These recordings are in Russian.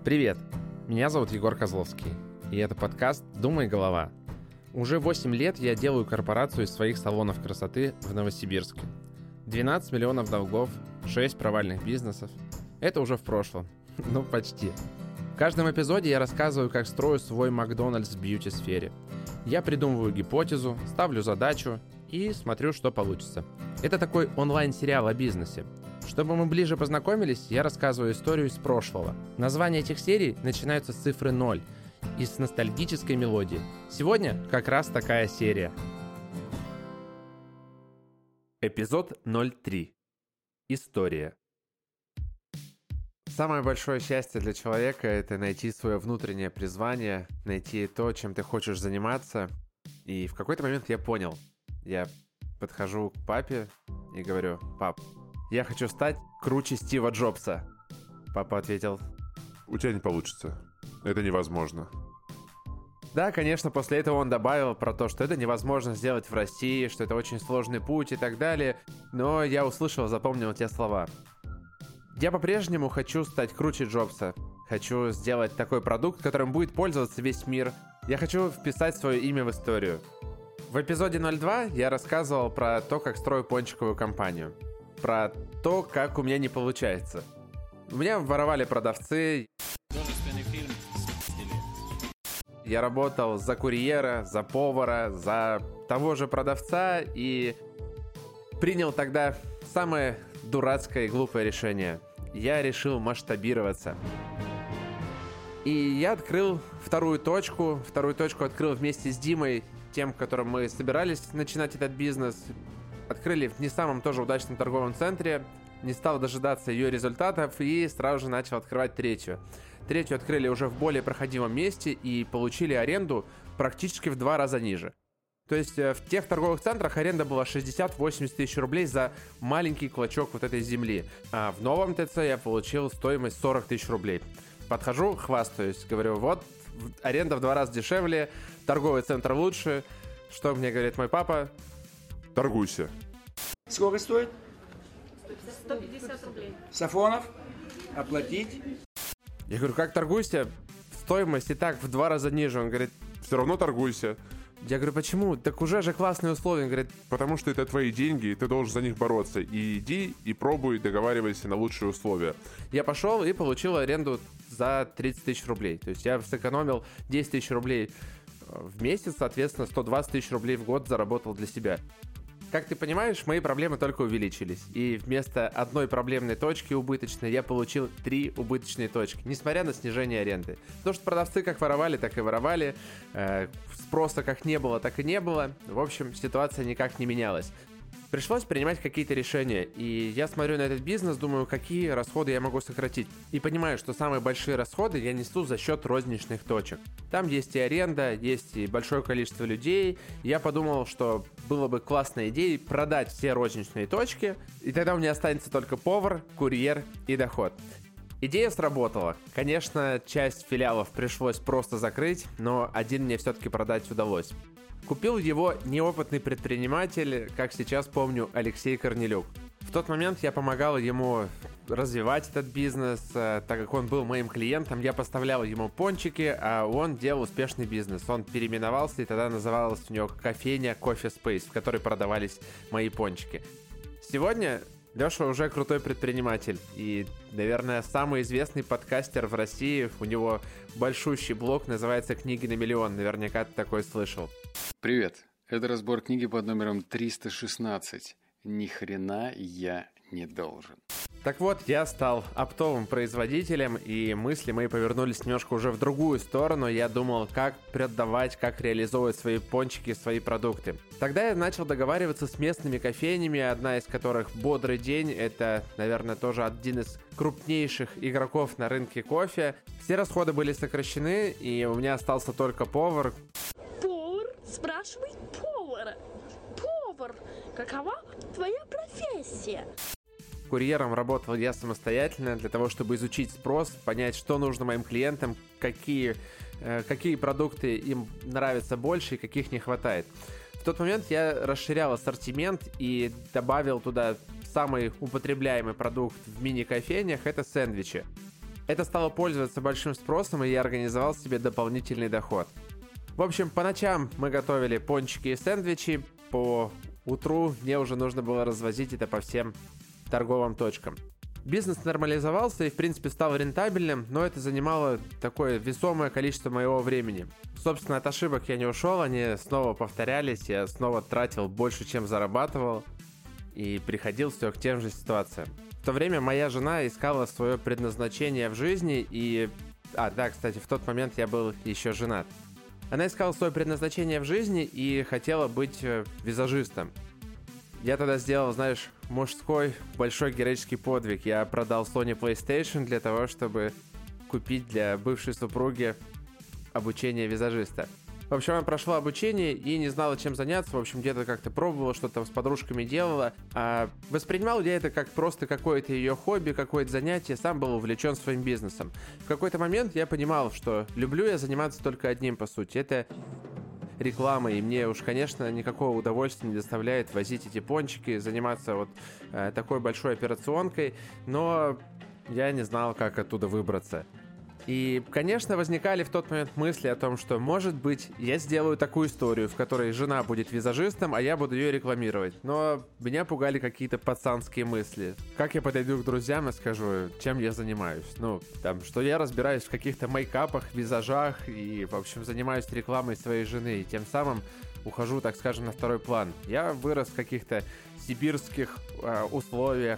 Привет, меня зовут Егор Козловский, и это подкаст «Думай, голова». Уже 8 лет я делаю корпорацию из своих салонов красоты в Новосибирске. 12 миллионов долгов, 6 провальных бизнесов. Это уже в прошлом. Ну, почти. В каждом эпизоде я рассказываю, как строю свой Макдональдс в бьюти-сфере. Я придумываю гипотезу, ставлю задачу и смотрю, что получится. Это такой онлайн-сериал о бизнесе. Чтобы мы ближе познакомились, я рассказываю историю из прошлого. Названия этих серий начинаются с цифры 0 и с ностальгической мелодии. Сегодня как раз такая серия. Эпизод 03. История. Самое большое счастье для человека — это найти свое внутреннее призвание, найти то, чем ты хочешь заниматься. И в какой-то момент я понял. Я подхожу к папе и говорю: «Пап, я хочу стать круче Стива Джобса». Папа ответил: «У тебя не получится. Это невозможно». Да, конечно, после этого он добавил про то, что это невозможно сделать в России, что это очень сложный путь и так далее. Но я услышал, запомнил те слова. Я по-прежнему хочу стать круче Джобса. Хочу сделать такой продукт, которым будет пользоваться весь мир. Я хочу вписать свое имя в историю. В эпизоде 02 я рассказывал про то, как строю пончиковую компанию. Про то, как у меня не получается. У меня воровали продавцы. Я работал за курьера, за повара, за того же продавца и принял тогда самое дурацкое и глупое решение. Я решил масштабироваться. И я открыл вторую точку. Вторую точку открыл вместе с Димой, тем, которым мы собирались начинать этот бизнес. Открыли в не самом тоже удачном торговом центре. Не стал дожидаться ее результатов и сразу же начал открывать третью. Третью открыли уже в более проходимом месте и получили аренду практически в 2 раза ниже. То есть в тех торговых центрах аренда была 60-80 тысяч рублей за маленький клочок вот этой земли. А в новом ТЦ я получил стоимость 40 тысяч рублей. Подхожу, хвастаюсь, говорю: вот, аренда в 2 раза дешевле, торговый центр лучше. Что мне говорит мой папа? Торгуйся. Сколько стоит? 150 рублей. Сафонов? Оплатить? Я говорю: как торгуйся? Стоимость и так в 2 раза ниже. Он говорит: Все равно торгуйся. я говорю: почему? Так уже же классные условия. Он говорит: Потому что это твои деньги, и ты должен за них бороться. И иди, и пробуй, договаривайся на лучшие условия. я пошел и получил аренду за 30 тысяч рублей. То есть я сэкономил 10 тысяч рублей в месяц, соответственно, 120 тысяч рублей в год заработал для себя. Как ты понимаешь, мои проблемы только увеличились. И вместо одной проблемной точки убыточной я получил 3 убыточные точки, несмотря на снижение аренды. Потому что продавцы как воровали, так и воровали. Спроса как не было, так и не было. В общем, ситуация никак не менялась. Пришлось принимать какие-то решения, и я смотрю на этот бизнес, думаю, какие расходы я могу сократить. И понимаю, что самые большие расходы я несу за счет розничных точек. Там есть и аренда, есть и большое количество людей. Я подумал, что было бы классной идеей продать все розничные точки, и тогда у меня останется только повар, курьер и доход. Идея сработала. Конечно, часть филиалов пришлось просто закрыть, но один мне все-таки продать удалось. Купил его неопытный предприниматель, как сейчас помню, Алексей Корнелюк. В тот момент я помогал ему развивать этот бизнес, так как он был моим клиентом, я поставлял ему пончики, а он делал успешный бизнес. Он переименовался, и тогда называлась у него кофейня Coffee Space, в которой продавались мои пончики. Сегодня Леша уже крутой предприниматель и, наверное, самый известный подкастер в России. У него большущий блог, называется «Книги на миллион». Наверняка ты такой слышал. Привет, это разбор книги под номером 316. Ни хрена я не должен. Так вот, я стал оптовым производителем, и мысли мои повернулись немножко уже в другую сторону. Я думал, как продавать, как реализовывать свои пончики, свои продукты. Тогда я начал договариваться с местными кофейнями, одна из которых «Бодрый день». Это, наверное, тоже один из крупнейших игроков на рынке кофе. Все расходы были сокращены, и у меня остался только повар. Повар? Спрашивай повара. Повар, какова твоя профессия? Курьером работал я самостоятельно для того, чтобы изучить спрос, понять, что нужно моим клиентам, какие продукты им нравятся больше и каких не хватает. В тот момент я расширял ассортимент и добавил туда самый употребляемый продукт в мини-кофейнях — это сэндвичи. Это стало пользоваться большим спросом, и я организовал себе дополнительный доход. В общем, по ночам мы готовили пончики и сэндвичи, по утру мне уже нужно было развозить это по всем торговым точкам. Бизнес нормализовался и, в принципе, стал рентабельным, но это занимало такое весомое количество моего времени. Собственно, от ошибок я не ушел, они снова повторялись, я снова тратил больше, чем зарабатывал, и приходил все к тем же ситуациям. В то время моя жена искала свое предназначение в жизни, и... кстати, в тот момент я был еще женат. Она искала свое предназначение в жизни и хотела быть визажистом. Я тогда сделал, мужской большой героический подвиг. Я продал Sony PlayStation для того, чтобы купить для бывшей супруги обучение визажиста. В общем, она прошла обучение и не знала, чем заняться. В общем, где-то как-то пробовала, что-то с подружками делала. А воспринимал я это как просто какое-то ее хобби, какое-то занятие. Сам был увлечен своим бизнесом. В какой-то момент я понимал, что люблю я заниматься только одним, по сути. Это реклама, и мне уж, конечно, никакого удовольствия не доставляет возить эти пончики, заниматься такой большой операционкой. Но я не знал, как оттуда выбраться. И, конечно, возникали в тот момент мысли о том, что, может быть, я сделаю такую историю, в которой жена будет визажистом, а я буду ее рекламировать. Но меня пугали какие-то пацанские мысли. Как я подойду к друзьям и скажу, чем я занимаюсь? Что я разбираюсь в каких-то мейкапах, визажах и, в общем, занимаюсь рекламой своей жены. И тем самым ухожу, так скажем, на второй план. Я вырос в каких-то сибирских условиях,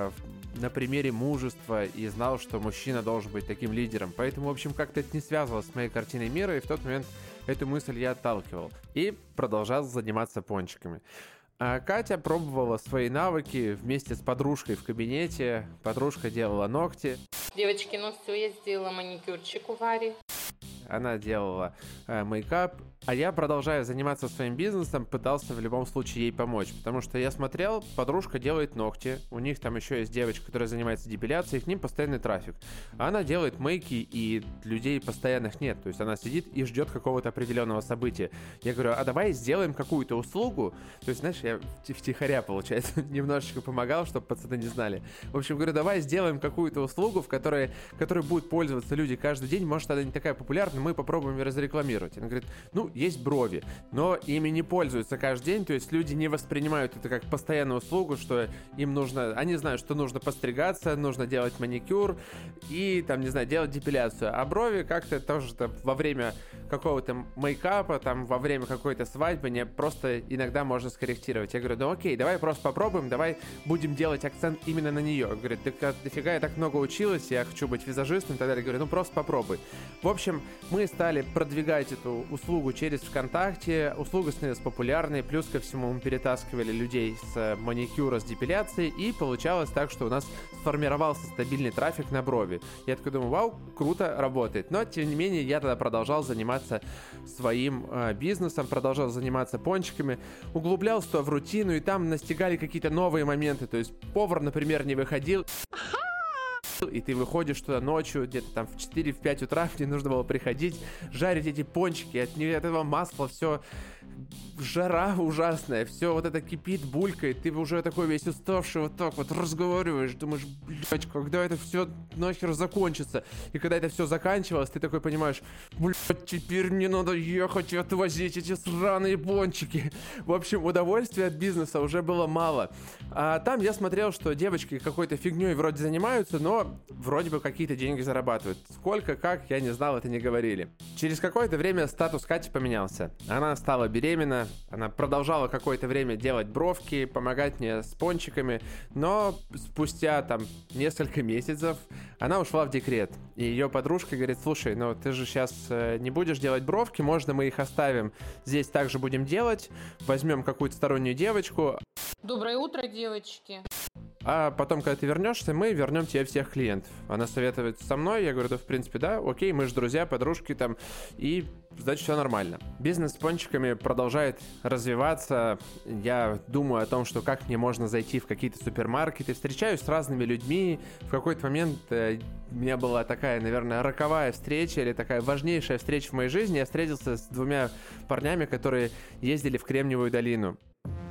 на примере мужества, и знал, что мужчина должен быть таким лидером. Поэтому, в общем, как-то это не связывалось с моей картиной мира, и в тот момент эту мысль я отталкивал. И продолжал заниматься пончиками. А Катя пробовала свои навыки вместе с подружкой в кабинете. Подружка делала ногти. Девочки, все, я сделала маникюрчик у Вари. Она делала мейкап, а я, продолжая заниматься своим бизнесом, пытался в любом случае ей помочь, потому что я смотрел, подружка делает ногти, у них там еще есть девочка, которая занимается депиляцией, к ним постоянный трафик. Она делает мейки, и людей постоянных нет, то есть она сидит и ждет какого-то определенного события. Я говорю, а давай сделаем какую-то услугу, то есть, я втихаря, получается, немножечко помогал, чтобы пацаны не знали. В общем, говорю, давай сделаем какую-то услугу, в которой будут пользоваться люди каждый день, может, она не такая популярная, мы попробуем ее разрекламировать. Она говорит, есть брови, но ими не пользуются каждый день, то есть люди не воспринимают это как постоянную услугу, что им нужно, они знают, что нужно постригаться, нужно делать маникюр и, делать депиляцию, а брови как-то тоже во время какого-то мейкапа, во время какой-то свадьбы не просто иногда можно скорректировать. Я говорю, окей, давай просто попробуем, давай будем делать акцент именно на нее. Говорит, дофига, я так много училась, я хочу быть визажистом и так далее. Говорю, просто попробуй. В общем, мы стали продвигать эту услугу через ВКонтакте, услуга становилась популярной, плюс ко всему мы перетаскивали людей с маникюра, с депиляцией, и получалось так, что у нас сформировался стабильный трафик на брови. Я такой думаю, вау, круто, работает. Но, тем не менее, я тогда продолжал заниматься своим бизнесом, продолжал заниматься пончиками, углублялся в рутину, и там настигали какие-то новые моменты, то есть повар, например, не выходил, и ты выходишь туда ночью, где-то в 4-5 утра, мне нужно было приходить, жарить эти пончики, от этого масла все, жара ужасная, все это кипит, булькает, ты уже такой весь уставший, разговариваешь, думаешь, блядь, когда это все нахер закончится, и когда это все заканчивалось, ты такой понимаешь, блядь, теперь мне надо ехать и отвозить эти сраные пончики. В общем, удовольствия от бизнеса уже было мало. А там я смотрел, что девочки какой-то фигней вроде занимаются, но вроде бы какие-то деньги зарабатывают. Сколько, как, я не знал, это не говорили. Через какое-то время статус Кати поменялся. Она стала беременна, она продолжала какое-то время делать бровки, помогать мне с пончиками, но спустя несколько месяцев она ушла в декрет. И ее подружка говорит, слушай, ты же сейчас не будешь делать бровки, можно мы их оставим, здесь также будем делать, возьмем какую-то стороннюю девочку. Доброе утро, девочки. А потом, когда ты вернешься, мы вернем тебе всех клиентов. Она советуется со мной, я говорю, да, в принципе, да, окей, мы же друзья, подружки и, значит, все нормально. Бизнес с пончиками продолжает развиваться. Я думаю о том, что как мне можно зайти в какие-то супермаркеты, встречаюсь с разными людьми. В какой-то момент у меня была такая, наверное, роковая встреча или такая важнейшая встреча в моей жизни. Я встретился с 2 парнями, которые ездили в Кремниевую долину.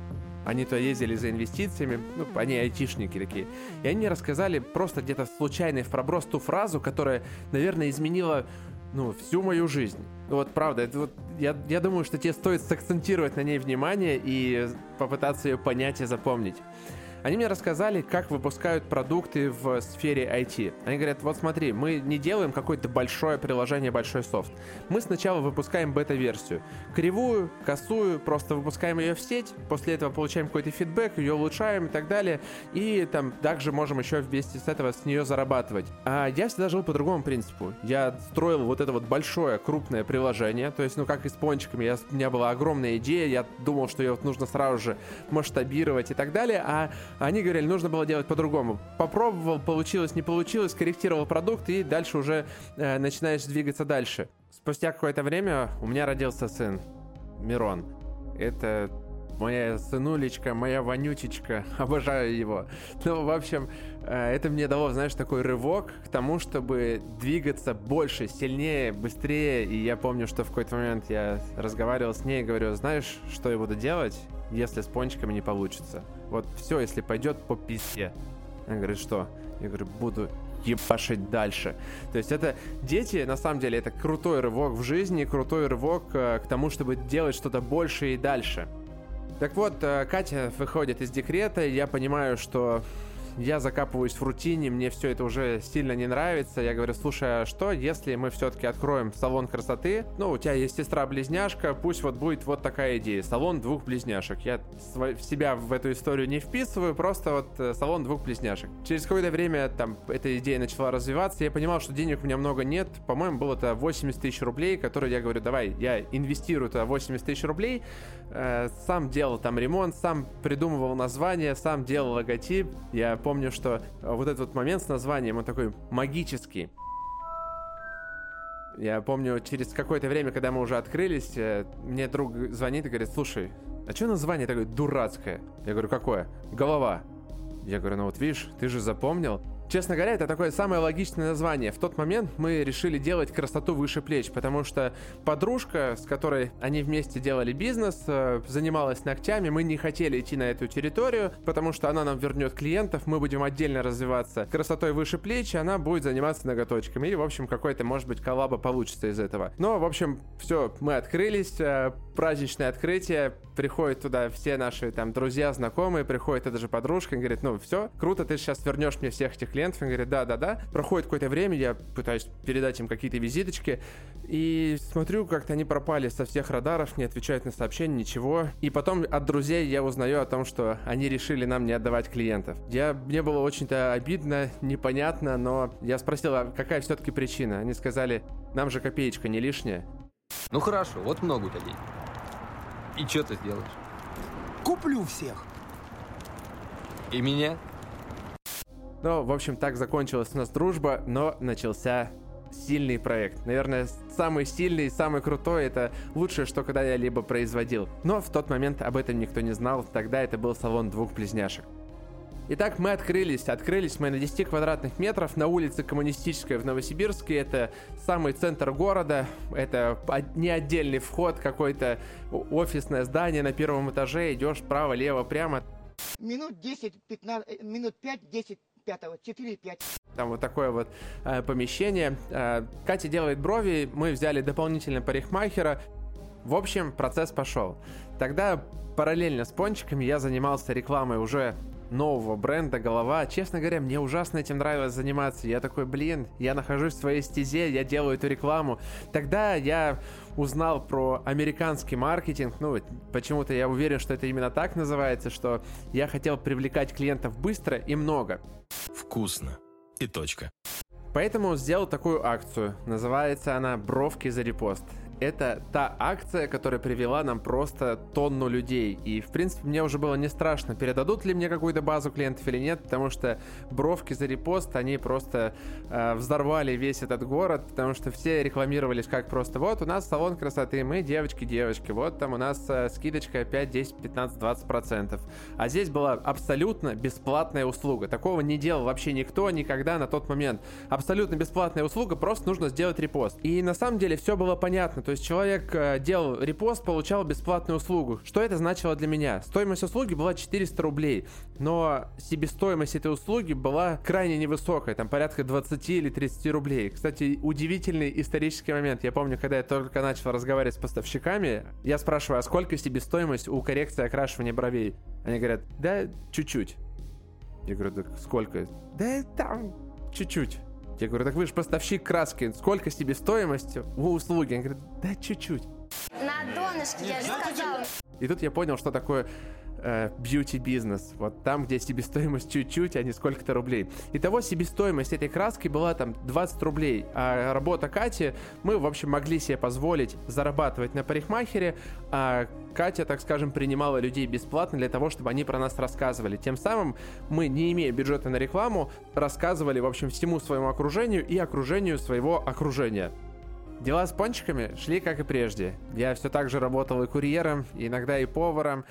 Они то ездили за инвестициями, ну, они айтишники такие. И они мне рассказали просто где-то случайный в проброс ту фразу, которая, наверное, изменила, ну, всю мою жизнь. Вот правда, это вот, я думаю, что тебе стоит сакцентировать на ней внимание и попытаться ее понять и запомнить. Они мне рассказали, как выпускают продукты в сфере IT. Они говорят, вот смотри, мы не делаем какое-то большое приложение, большой софт. Мы сначала выпускаем бета-версию. Кривую, косую, просто выпускаем ее в сеть, после этого получаем какой-то фидбэк, ее улучшаем и так далее. И там также можем еще вместе с этого с нее зарабатывать. А я всегда жил по другому принципу. Я строил вот это вот большое, крупное приложение. То есть, ну как и с пончиками, у меня была огромная идея, я думал, что ее вот нужно сразу же масштабировать и так далее. А они говорили, нужно было делать по-другому. Попробовал, получилось, не получилось, корректировал продукт и дальше уже начинаешь двигаться дальше. Спустя какое-то время у меня родился сын, Мирон. Это моя сынулечка, моя вонючечка, обожаю его. Ну, в общем, это мне дало, знаешь, такой рывок к тому, чтобы двигаться больше, сильнее, быстрее. И я помню, что в какой-то момент я разговаривал с ней и говорю, знаешь, что я буду делать, если с пончиками не получится? Вот все, если пойдет по пизде. Она говорит, что? Я говорю, буду ебашить дальше. То есть это дети, на самом деле, это крутой рывок в жизни, крутой рывок к тому, чтобы делать что-то больше и дальше. Так вот, Катя выходит из декрета, и я понимаю, что я закапываюсь в рутине, мне все это уже сильно не нравится. Я говорю, слушай, а что, если мы все-таки откроем салон красоты? Ну, у тебя есть сестра-близняшка, пусть вот будет вот такая идея. Салон двух близняшек. Я себя в эту историю не вписываю, просто вот салон двух близняшек. Через какое-то время там эта идея начала развиваться. Я понимал, что денег у меня много нет. По-моему, было это 80 тысяч рублей, которые я говорю, давай, я инвестирую туда 80 тысяч рублей. Сам делал там ремонт, сам придумывал название, сам делал логотип. Я помню, что вот этот вот момент с названием, он такой магический. Я помню, через какое-то время, когда мы уже открылись, мне друг звонит и говорит, слушай, а что название такое дурацкое? Я говорю, какое? Голова. Я говорю, ну вот видишь, ты же запомнил. Честно говоря, это такое самое логичное название. В тот момент мы решили делать красоту выше плеч, потому что подружка, с которой они вместе делали бизнес, занималась ногтями. Мы не хотели идти на эту территорию, потому что она нам вернет клиентов, мы будем отдельно развиваться красотой выше плеч, она будет заниматься ноготочками. И, в общем, какой-то, может быть, коллаба получится из этого. Но, в общем, все, мы открылись, праздничное открытие, приходят туда все наши там друзья, знакомые, приходит эта же подружка и говорит, ну все, круто, ты сейчас вернешь мне всех этих клиентов. Он говорит, да. Проходит какое-то время, я пытаюсь передать им какие-то визиточки, и смотрю, как-то они пропали со всех радаров, не отвечают на сообщения, ничего. И потом от друзей я узнаю о том, что они решили нам не отдавать клиентов. Мне было очень-то обидно, непонятно, но я спросил, а какая все-таки причина? Они сказали, нам же копеечка не лишняя. Ну хорошо, вот много у тебя денег. И что ты сделаешь? Куплю всех. И меня? Ну, в общем, так закончилась у нас дружба, но начался сильный проект. Наверное, самый сильный, самый крутой, это лучшее, что когда я либо производил. Но в тот момент об этом никто не знал, тогда это был салон двух близняшек. Итак, мы открылись мы на 10 квадратных метров на улице Коммунистической в Новосибирске. Это самый центр города, это не отдельный вход, какое-то офисное здание на первом этаже, идешь право, лево, прямо. Минут 10-15, минут 5-10, 4-5. Там вот такое вот помещение. Катя делает брови, мы взяли дополнительно парикмахера. В общем, процесс пошел. Тогда параллельно с пончиками я занимался рекламой уже нового бренда «Голова». Честно говоря, мне ужасно этим нравилось заниматься. Я такой, я нахожусь в своей стезе, я делаю эту рекламу. Тогда я узнал про американский маркетинг. Ну, почему-то я уверен, что это именно так называется, что я хотел привлекать клиентов быстро и много. Вкусно. И точка. Поэтому сделал такую акцию. Называется она «Бровки за репост». Это та акция, которая привела нам просто тонну людей. И, в принципе, мне уже было не страшно, передадут ли мне какую-то базу клиентов или нет, потому что бровки за репост, они просто взорвали весь этот город, потому что все рекламировались как просто вот у нас салон красоты, мы девочки, вот там у нас скидочка 5, 10, 15, 20%. А здесь была абсолютно бесплатная услуга. Такого не делал вообще никто никогда на тот момент. Абсолютно бесплатная услуга, просто нужно сделать репост. И на самом деле все было понятно. То есть человек делал репост, получал бесплатную услугу. Что это значило для меня? Стоимость услуги была 400 рублей, но себестоимость этой услуги была крайне невысокая, там порядка 20 или 30 рублей. Кстати, удивительный исторический момент. Я помню, когда я только начал разговаривать с поставщиками, я спрашиваю, а сколько себестоимость у коррекции окрашивания бровей? Они говорят, да, чуть-чуть. Я говорю, так сколько? Да там чуть-чуть. Я говорю, так вы же поставщик краски, сколько себестоимость у услуги? Они говорят, да чуть-чуть. На донышке, я же сказала. И тут я понял, что такое бьюти-бизнес. Вот там, где себестоимость чуть-чуть, а не сколько-то рублей. Итого себестоимость этой краски была там 20 рублей. А работа Кати, мы, в общем, могли себе позволить зарабатывать на парикмахере, а Катя, так скажем, принимала людей бесплатно для того, чтобы они про нас рассказывали. Тем самым мы, не имея бюджета на рекламу, рассказывали, в общем, всему своему окружению и окружению своего окружения. Дела с пончиками шли как и прежде. Я все так же работал и курьером, иногда и поваром.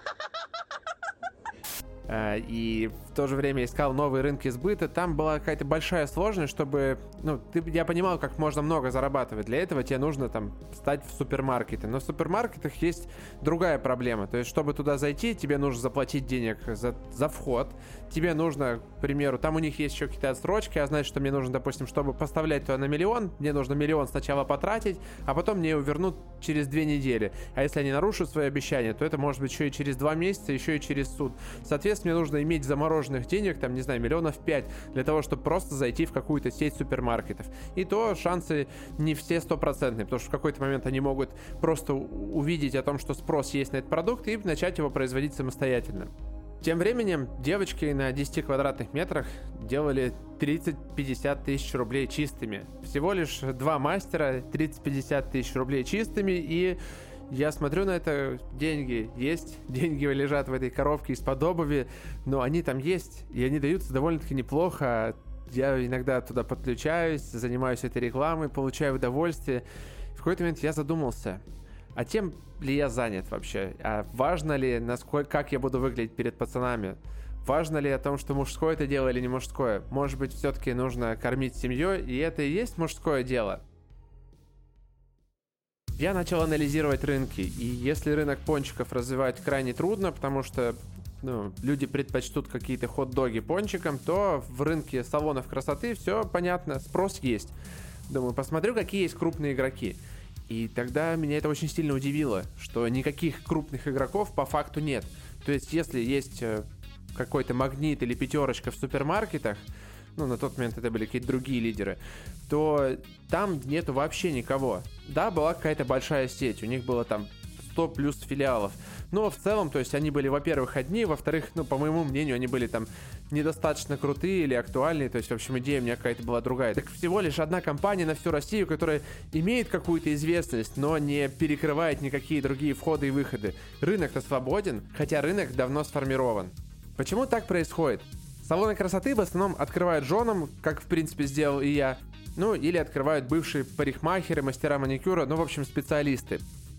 И в то же время искал новые рынки сбыта. Там была какая-то большая сложность, чтобы... я понимал, как можно много зарабатывать. Для этого тебе нужно там стать в супермаркеты. Но в супермаркетах есть другая проблема. То есть, чтобы туда зайти, тебе нужно заплатить денег за вход. Тебе нужно, к примеру, там у них есть еще какие-то отсрочки. А значит, что мне нужно, допустим, чтобы поставлять туда на 1 000 000, мне нужно 1 000 000 сначала потратить, а потом мне его вернут через 2 недели. А если они нарушат свои обещания, то это может быть еще и через 2 месяца, еще и через суд. Соответственно, мне нужно иметь замороженных денег, там, не знаю, 5 миллионов для того, чтобы просто зайти в какую-то сеть супермаркетов. И то шансы не все стопроцентные, потому что в какой-то момент они могут просто увидеть о том, что спрос есть на этот продукт, и начать его производить самостоятельно. Тем временем девочки на 10 квадратных метрах делали 30-50 тысяч рублей чистыми. Всего лишь 2 мастера, 30-50 тысяч рублей чистыми, и я смотрю на это, деньги есть, деньги лежат в этой коробке из-под обуви, но они там есть, и они даются довольно-таки неплохо. Я иногда туда подключаюсь, занимаюсь этой рекламой, получаю удовольствие. В какой-то момент я задумался, а тем ли я занят вообще? А важно ли, как я буду выглядеть перед пацанами? Важно ли о том, что мужское это дело или не мужское? Может быть, все-таки нужно кормить семью, и это и есть мужское дело? Я начал анализировать рынки, и если рынок пончиков развивать крайне трудно, потому что люди предпочтут какие-то хот-доги пончикам, то в рынке салонов красоты все понятно, спрос есть. Думаю, посмотрю, какие есть крупные игроки. И тогда меня это очень сильно удивило, что никаких крупных игроков по факту нет. То есть, если есть какой-то Магнит или Пятерочка в супермаркетах, на тот момент это были какие-то другие лидеры, то там нету вообще никого. Да, была какая-то большая сеть, у них было там 100 плюс филиалов. Но в целом, то есть они были, во-первых, одни, во-вторых, по моему мнению, они были там недостаточно крутые или актуальные. То есть, в общем, идея у меня какая-то была другая. Так всего лишь одна компания на всю Россию, которая имеет какую-то известность, но не перекрывает никакие другие входы и выходы. Рынок-то свободен, хотя рынок давно сформирован. Почему так происходит? Салоны красоты в основном открывают женам, как, в принципе, сделал и я. Или открывают бывшие парикмахеры, мастера маникюра, в общем, специалисты.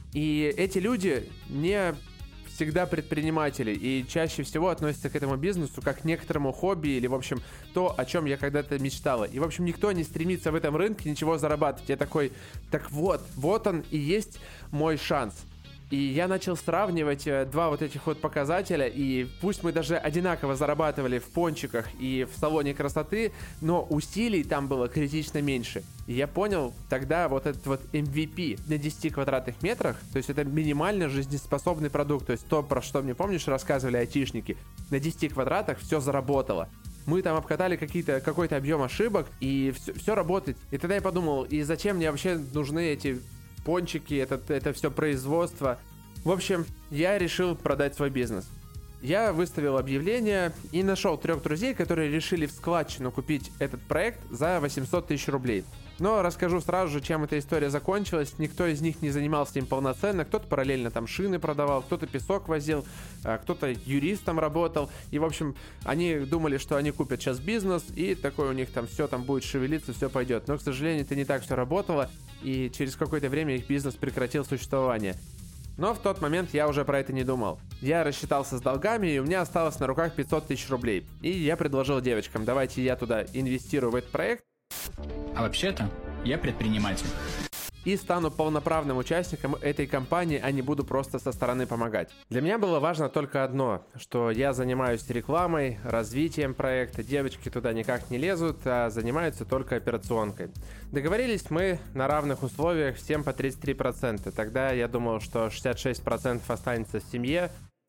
И эти люди не всегда предприниматели и чаще всего относятся к этому бизнесу как к некоторому хобби или, в общем, то, о чем я когда-то мечтала. И, в общем, никто не стремится в этом рынке ничего зарабатывать. Я такой, так вот он и есть мой шанс. И я начал сравнивать два вот этих вот показателя, и пусть мы даже одинаково зарабатывали в пончиках и в салоне красоты, но усилий там было критично меньше. И я понял тогда вот этот вот MVP на 10 квадратных метрах, то есть это минимально жизнеспособный продукт, то есть то, про что мне, помнишь, рассказывали айтишники, на 10 квадратах все заработало. Мы там обкатали какой-то объем ошибок, и все работает. И тогда я подумал, и зачем мне вообще нужны эти пончики, это все производство. В общем, я решил продать свой бизнес. Я выставил объявление и нашел 3 друзей, которые решили в складчину купить этот проект за 800 тысяч рублей. Но расскажу сразу же, чем эта история закончилась. Никто из них не занимался им полноценно. Кто-то параллельно там шины продавал, кто-то песок возил, кто-то юристом работал. И, в общем, они думали, что они купят сейчас бизнес, и такой у них там все там будет шевелиться, все пойдет. Но, к сожалению, это не так все работало, и через какое-то время их бизнес прекратил существование. Но в тот момент я уже про это не думал. Я рассчитался с долгами, и у меня осталось на руках 500 тысяч рублей. И я предложил девочкам, давайте я туда инвестирую в этот проект. А вообще-то, я предприниматель. и стану полноправным участником этой компании, а не буду просто со стороны помогать. Для меня было важно только одно, что я занимаюсь рекламой, развитием проекта, девочки туда никак не лезут, а занимаются только операционкой. Договорились мы на равных условиях, всем по 33%. Тогда я думал, что 66% останется в семье.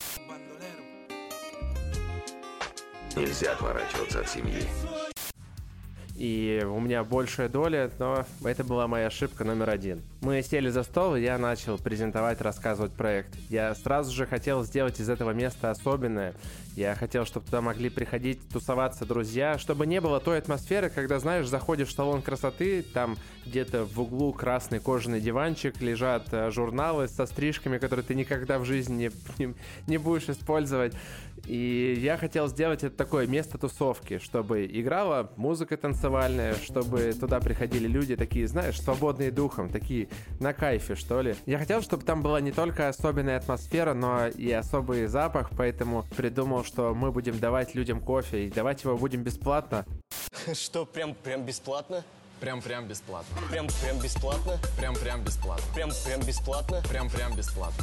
Нельзя отворачиваться от семьи. И у меня большая доля, но это была моя ошибка номер 1. Мы сели за стол, и я начал презентовать, рассказывать проект. Я сразу же хотел сделать из этого места особенное. Я хотел, чтобы туда могли приходить, тусоваться друзья, чтобы не было той атмосферы, когда, знаешь, заходишь в салон красоты, там где-то в углу красный кожаный диванчик, лежат журналы со стрижками, которые ты никогда в жизни не будешь использовать. И я хотел сделать это такое место тусовки, чтобы играла музыка танцевальная, чтобы туда приходили люди такие, знаешь, свободные духом, такие на кайфе, что ли. Я хотел, чтобы там была не только особенная атмосфера, но и особый запах, поэтому придумал, что мы будем давать людям кофе, и давать его будем бесплатно. Что, прям бесплатно? Прям бесплатно. Прям бесплатно? Прям бесплатно. Прям бесплатно? Прям бесплатно.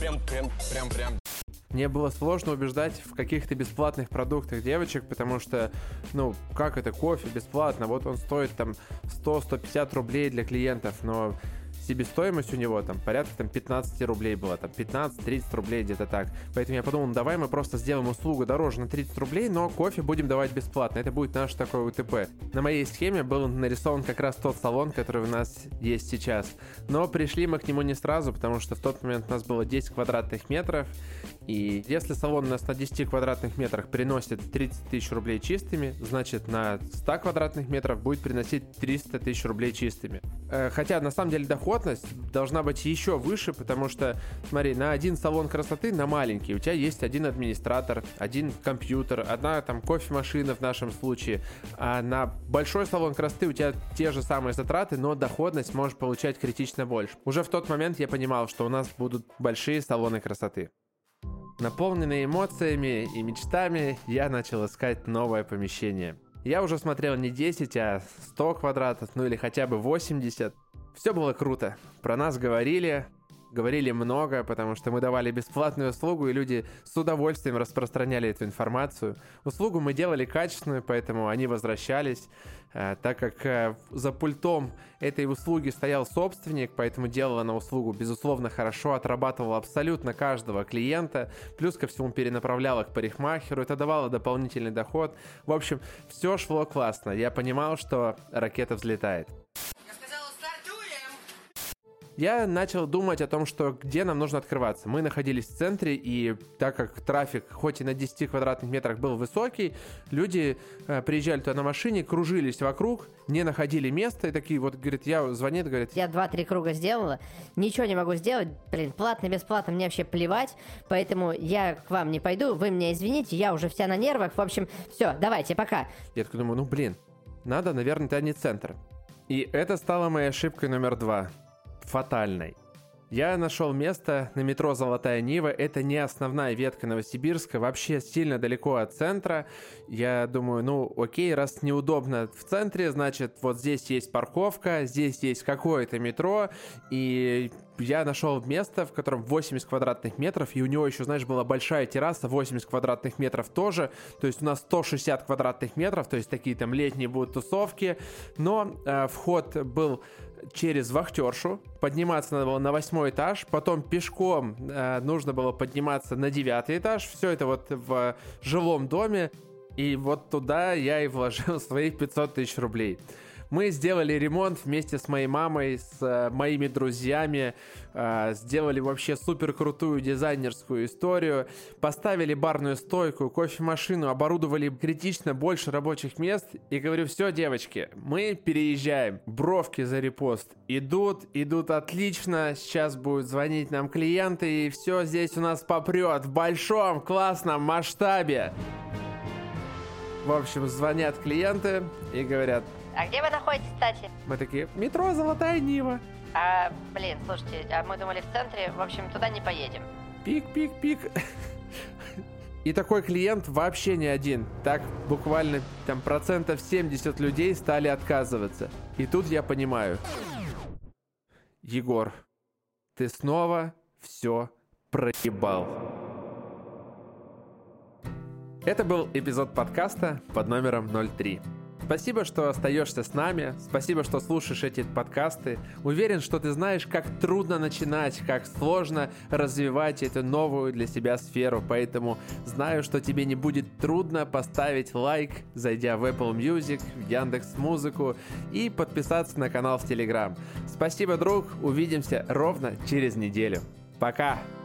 Прям. Мне было сложно убеждать в каких-то бесплатных продуктах девочек, потому что, ну, как это кофе бесплатно? Вот он стоит там 100-150 рублей для клиентов, но себестоимость у него там порядка там 15 рублей была, там 15-30 рублей где-то так. Поэтому я подумал, давай мы просто сделаем услугу дороже на 30 рублей, но кофе будем давать бесплатно. Это будет наш такой УТП. На моей схеме был нарисован как раз тот салон, который у нас есть сейчас. Но пришли мы к нему не сразу, потому что в тот момент у нас было 10 квадратных метров. И если салон у нас на 10 квадратных метрах приносит 30 тысяч рублей чистыми, значит на 100 квадратных метров будет приносить 300 тысяч рублей чистыми. Хотя на самом деле доходность должна быть еще выше, потому что, смотри, на один салон красоты, на маленький, у тебя есть один администратор, один компьютер, одна там кофемашина в нашем случае, а на большой салон красоты у тебя те же самые затраты, но доходность можешь получать критично больше. Уже в тот момент я понимал, что у нас будут большие салоны красоты. Наполненный эмоциями и мечтами, я начал искать новое помещение. Я уже смотрел не 10, а 100 квадратов, ну или хотя бы 80. Все было круто. Про нас говорили много, потому что мы давали бесплатную услугу, и люди с удовольствием распространяли эту информацию. Услугу мы делали качественную, поэтому они возвращались, так как за пультом этой услуги стоял собственник, поэтому делала она услугу, безусловно, хорошо, отрабатывала абсолютно каждого клиента, плюс ко всему перенаправляла к парикмахеру, это давало дополнительный доход. В общем, все шло классно. Я понимал, что ракета взлетает. Я начал думать о том, что где нам нужно открываться. Мы находились в центре, и так как трафик хоть и на 10 квадратных метрах был высокий, люди приезжали туда на машине, кружились вокруг, не находили места, и такие вот, говорит, звонит, говорит... Я 2-3 круга сделала, ничего не могу сделать, платно, бесплатно, мне вообще плевать, поэтому я к вам не пойду, вы меня извините, я уже вся на нервах, в общем, все, давайте, пока. Я такой думаю, надо, наверное, это не центр. И это стало моей ошибкой номер 2. Фатальной. Я нашел место на метро «Золотая Нива». Это не основная ветка Новосибирска, вообще сильно далеко от центра. Я думаю, окей, раз неудобно в центре, значит, вот здесь есть парковка, здесь есть какое-то метро, и я нашел место, в котором 80 квадратных метров, и у него еще, знаешь, была большая терраса, 80 квадратных метров тоже, то есть у нас 160 квадратных метров, то есть такие там летние будут тусовки, но вход был через вахтершу, подниматься надо было на 8 этаж, потом пешком нужно было подниматься на 9 этаж, все это вот в жилом доме, и вот туда я и вложил свои 500 тысяч рублей. Мы сделали ремонт вместе с моей мамой, с моими друзьями, сделали вообще супер крутую дизайнерскую историю, поставили барную стойку, кофемашину, оборудовали критично больше рабочих мест и говорю, все, девочки, мы переезжаем, бровки за репост идут отлично, сейчас будут звонить нам клиенты и все здесь у нас попрет в большом классном масштабе. В общем, звонят клиенты и говорят... А где вы находитесь, кстати? Мы такие, метро «Золотая Нива». Слушайте, мы думали в центре, в общем, туда не поедем. Пик. И такой клиент вообще не один. Так буквально там 70% людей стали отказываться. И тут я понимаю. Егор, ты снова все проебал. Это был эпизод подкаста под номером 03. Спасибо, что остаешься с нами, спасибо, что слушаешь эти подкасты. Уверен, что ты знаешь, как трудно начинать, как сложно развивать эту новую для себя сферу, поэтому знаю, что тебе не будет трудно поставить лайк, зайдя в Apple Music, в Яндекс.Музыку и подписаться на канал в Telegram. Спасибо, друг, увидимся ровно через неделю. Пока!